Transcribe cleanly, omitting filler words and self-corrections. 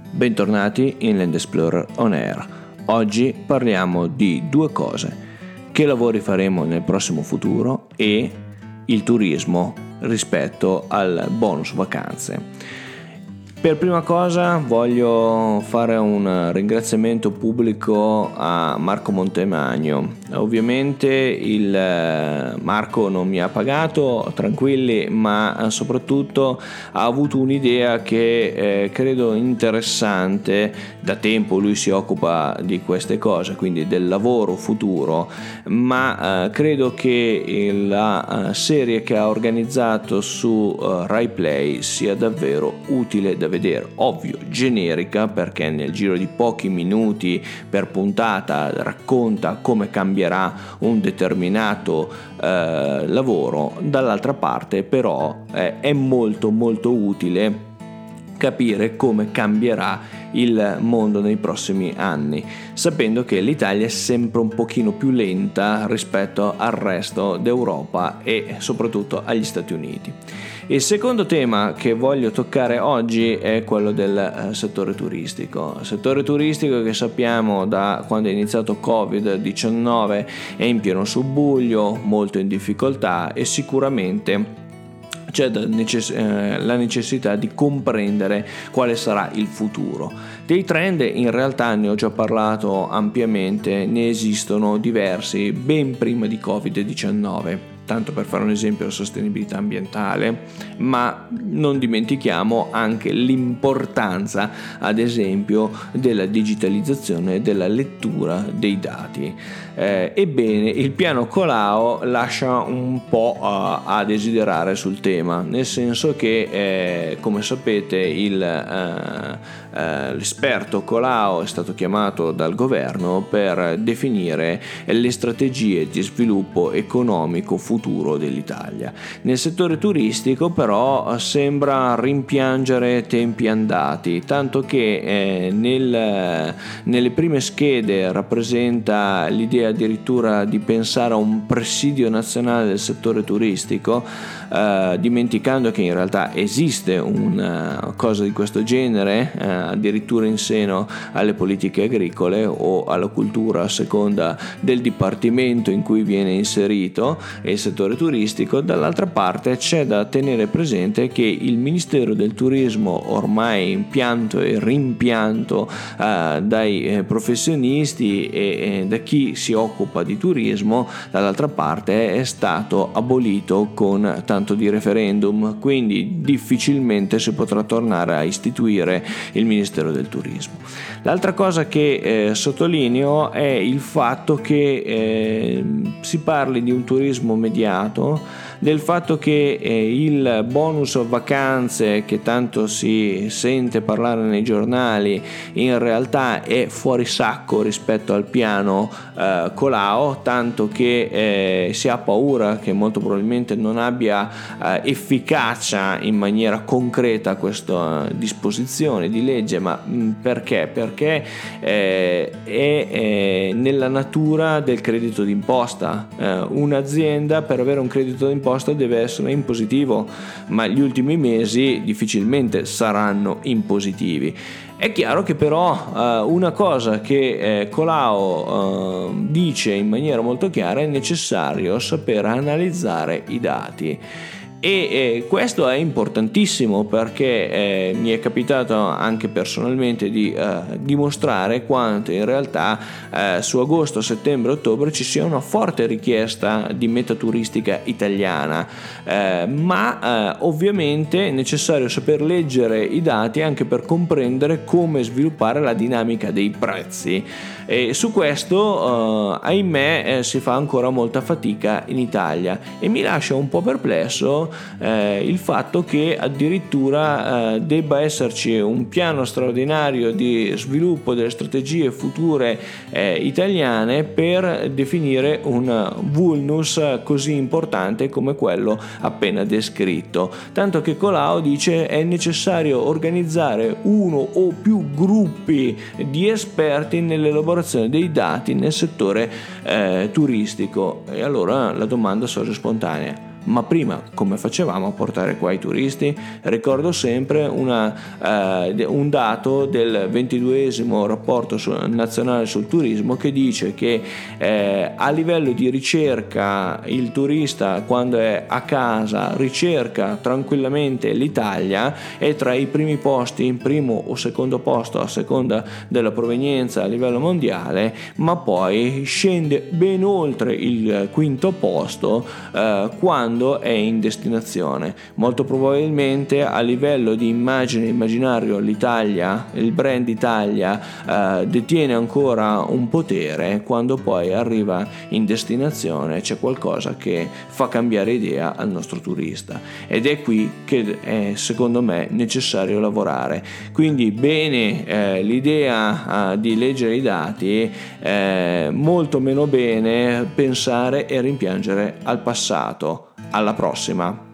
Bentornati in Land Explorer On Air. Oggi parliamo di due cose: che lavori faremo nel prossimo futuro e il turismo rispetto al bonus vacanze. Per prima cosa voglio fare un ringraziamento pubblico a Marco Montemagno. Ovviamente il Marco non mi ha pagato, tranquilli, ma soprattutto ha avuto un'idea che credo interessante. Da tempo lui si occupa di queste cose, quindi del lavoro futuro, ma credo che la serie che ha organizzato su Rai Play sia davvero utile da vedere. Ovvio, generica, perché nel giro di pochi minuti per puntata racconta come cambierà un determinato lavoro. Dall'altra parte però è molto utile capire come cambierà il mondo nei prossimi anni, sapendo che l'Italia è sempre un pochino più lenta rispetto al resto d'Europa e soprattutto agli Stati Uniti. Il secondo tema che voglio toccare oggi è quello del settore turistico. Il settore turistico che sappiamo da quando è iniziato Covid-19 è in pieno subbuglio, molto in difficoltà e sicuramente c'è la necessità di comprendere quale sarà il futuro. Dei trend in realtà ne ho già parlato ampiamente, ne esistono diversi ben prima di Covid-19. Tanto per fare un esempio, la sostenibilità ambientale, ma non dimentichiamo anche l'importanza, ad esempio, della digitalizzazione e della lettura dei dati. Ebbene, il piano Colau lascia un po' a desiderare sul tema, nel senso che, come sapete, l'esperto Colau è stato chiamato dal governo per definire le strategie di sviluppo economico futuro dell'Italia. Nel settore turistico però sembra rimpiangere tempi andati, tanto che nelle prime schede rappresenta l'idea addirittura di pensare a un presidio nazionale del settore turistico, dimenticando che in realtà esiste una cosa di questo genere, addirittura in seno alle politiche agricole o alla cultura a seconda del dipartimento in cui viene inserito il settore turistico. Dall'altra parte c'è da tenere presente che il Ministero del Turismo, ormai impianto e rimpianto dai professionisti e da chi si occupa di turismo, dall'altra parte è stato abolito con tanto di referendum, quindi difficilmente si potrà tornare a istituire il Ministero del Turismo. L'altra cosa che sottolineo è il fatto che si parli di un turismo mediato, del fatto che il bonus vacanze, che tanto si sente parlare nei giornali, in realtà è fuori sacco rispetto al piano Colau, tanto che si ha paura che molto probabilmente non abbia efficacia in maniera concreta questa disposizione di legge. Ma perché? Perché è nella natura del credito d'imposta. Un'azienda, per avere un credito d'imposta, deve essere in positivo, ma gli ultimi mesi difficilmente saranno in positivi. È chiaro che però una cosa che Colau dice in maniera molto chiara: è necessario saper analizzare i dati. E questo è importantissimo, perché mi è capitato anche personalmente di dimostrare quanto in realtà su agosto, settembre, ottobre ci sia una forte richiesta di meta turistica italiana, ma ovviamente è necessario saper leggere i dati anche per comprendere come sviluppare la dinamica dei prezzi. E su questo ahimè si fa ancora molta fatica in Italia, e mi lascia un po' perplesso il fatto che addirittura debba esserci un piano straordinario di sviluppo delle strategie future italiane per definire un vulnus così importante come quello appena descritto, tanto che Colau dice è necessario organizzare uno o più gruppi di esperti nell'elaborazione dei dati nel settore turistico. E allora la domanda sorge spontanea: ma prima come facevamo a portare qua i turisti? Ricordo sempre un dato del 22esimo rapporto nazionale sul turismo che dice che a livello di ricerca il turista, quando è a casa, ricerca tranquillamente l'Italia, è tra i primi posti, in primo o secondo posto a seconda della provenienza a livello mondiale, ma poi scende ben oltre il quinto posto quando è in destinazione. Molto probabilmente a livello di immaginario l'Italia, il brand Italia detiene ancora un potere. Quando poi arriva in destinazione c'è qualcosa che fa cambiare idea al nostro turista, ed è qui che è secondo me necessario lavorare. Quindi bene l'idea di leggere i dati, molto meno bene pensare e rimpiangere al passato. Alla prossima.